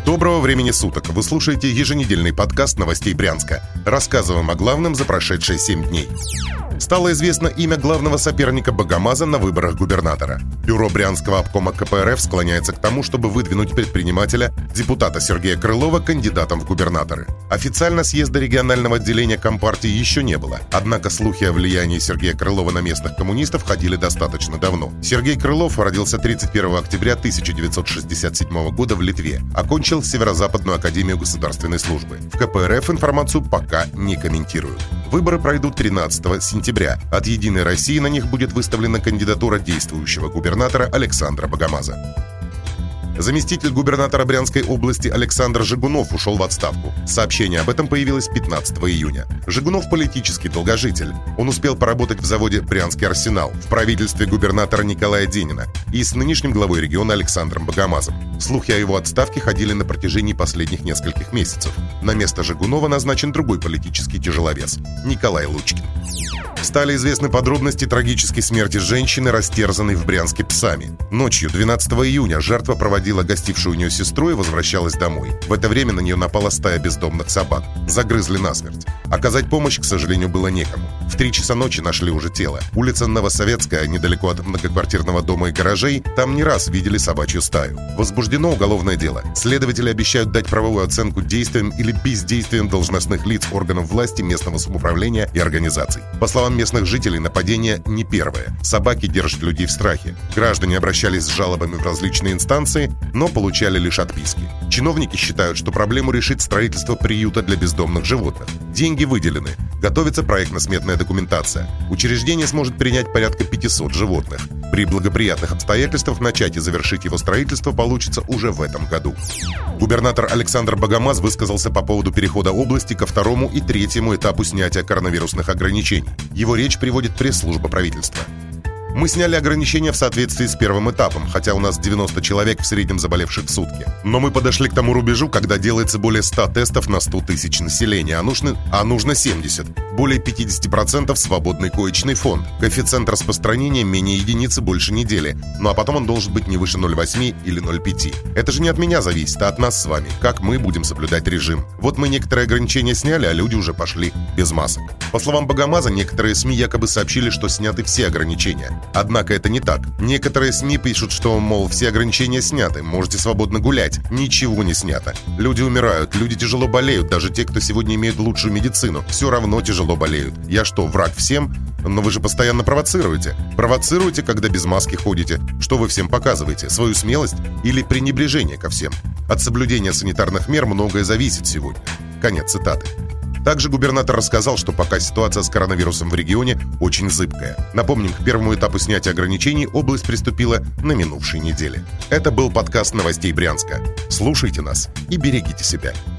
Доброго времени суток! Вы слушаете еженедельный подкаст новостей Брянска. Рассказываем о главном за прошедшие 7 дней. Стало известно имя главного соперника Богомаза на выборах губернатора. Бюро Брянского обкома КПРФ склоняется к тому, чтобы выдвинуть предпринимателя, депутата Сергея Крылова, кандидатом в губернаторы. Официально съезда регионального отделения Компартии еще не было, однако слухи о влиянии Сергея Крылова на местных коммунистов ходили достаточно давно. Сергей Крылов родился 31 октября 1967 года в Литве, окончил Северо-Западную академию государственной службы. В КПРФ информацию пока не комментируют. Выборы пройдут 13 сентября. От «Единой России» на них будет выставлена кандидатура действующего губернатора Александра Богомаза. Заместитель губернатора Брянской области Александр Жигунов ушел в отставку. Сообщение об этом появилось 15 июня. Жигунов – политический долгожитель. Он успел поработать в заводе «Брянский арсенал», в правительстве губернатора Николая Денина и с нынешним главой региона Александром Богомазом. Слухи о его отставке ходили на протяжении последних нескольких месяцев. На место Жигунова назначен другой политический тяжеловес – Николай Лучкин. Стали известны подробности трагической смерти женщины, растерзанной в Брянске псами. Ночью 12 июня жертва проводила гостившую у нее сестру и возвращалась домой. В это время на нее напала стая бездомных собак. Загрызли насмерть. Оказать помощь, к сожалению, было некому. В 3 часа ночи нашли уже тело. Улица Новосоветская, недалеко от многоквартирного дома и гаражей, там не раз видели собачью стаю. Возбуждено уголовное дело. Следователи обещают дать правовую оценку действиям или бездействиям должностных лиц органов власти, местного самоуправления и организаций. По словам местных жителей, нападение не первое. Собаки держат людей в страхе. Граждане обращались с жалобами в различные инстанции, но получали лишь отписки. Чиновники считают, что проблему решит строительство приюта для бездомных животных. Деньги выделены. Готовится проектно-сметная документация. Учреждение сможет принять порядка 500 животных. При благоприятных обстоятельствах начать и завершить его строительство получится уже в этом году. Губернатор Александр Богомаз высказался по поводу перехода области ко 2-му и 3-му этапу снятия коронавирусных ограничений. Его речь приводит пресс-служба правительства. Мы сняли ограничения в соответствии с 1-м этапом, хотя у нас 90 человек в среднем заболевших в сутки. Но мы подошли к тому рубежу, когда делается более 100 тестов на 100 тысяч населения, а нужно 70. Более 50% свободный коечный фонд. Коэффициент распространения менее единицы больше недели. Ну а потом он должен быть не выше 0,8 или 0,5. Это же не от меня зависит, а от нас с вами. Как мы будем соблюдать режим. Вот мы некоторые ограничения сняли, а люди уже пошли без масок. По словам Богомаза, некоторые СМИ якобы сообщили, что сняты все ограничения. Однако это не так. Некоторые СМИ пишут, что, мол, все ограничения сняты, можете свободно гулять. Ничего не снято. Люди умирают, люди тяжело болеют, даже те, кто сегодня имеет лучшую медицину, все равно тяжело болеют. Я что, враг всем? Но вы же постоянно провоцируете. Провоцируете, когда без маски ходите. Что вы всем показываете? Свою смелость или пренебрежение ко всем? От соблюдения санитарных мер многое зависит сегодня. Конец цитаты. Также губернатор рассказал, что пока ситуация с коронавирусом в регионе очень зыбкая. Напомним, к 1-му этапу снятия ограничений область приступила на минувшей неделе. Это был подкаст новостей Брянска. Слушайте нас и берегите себя.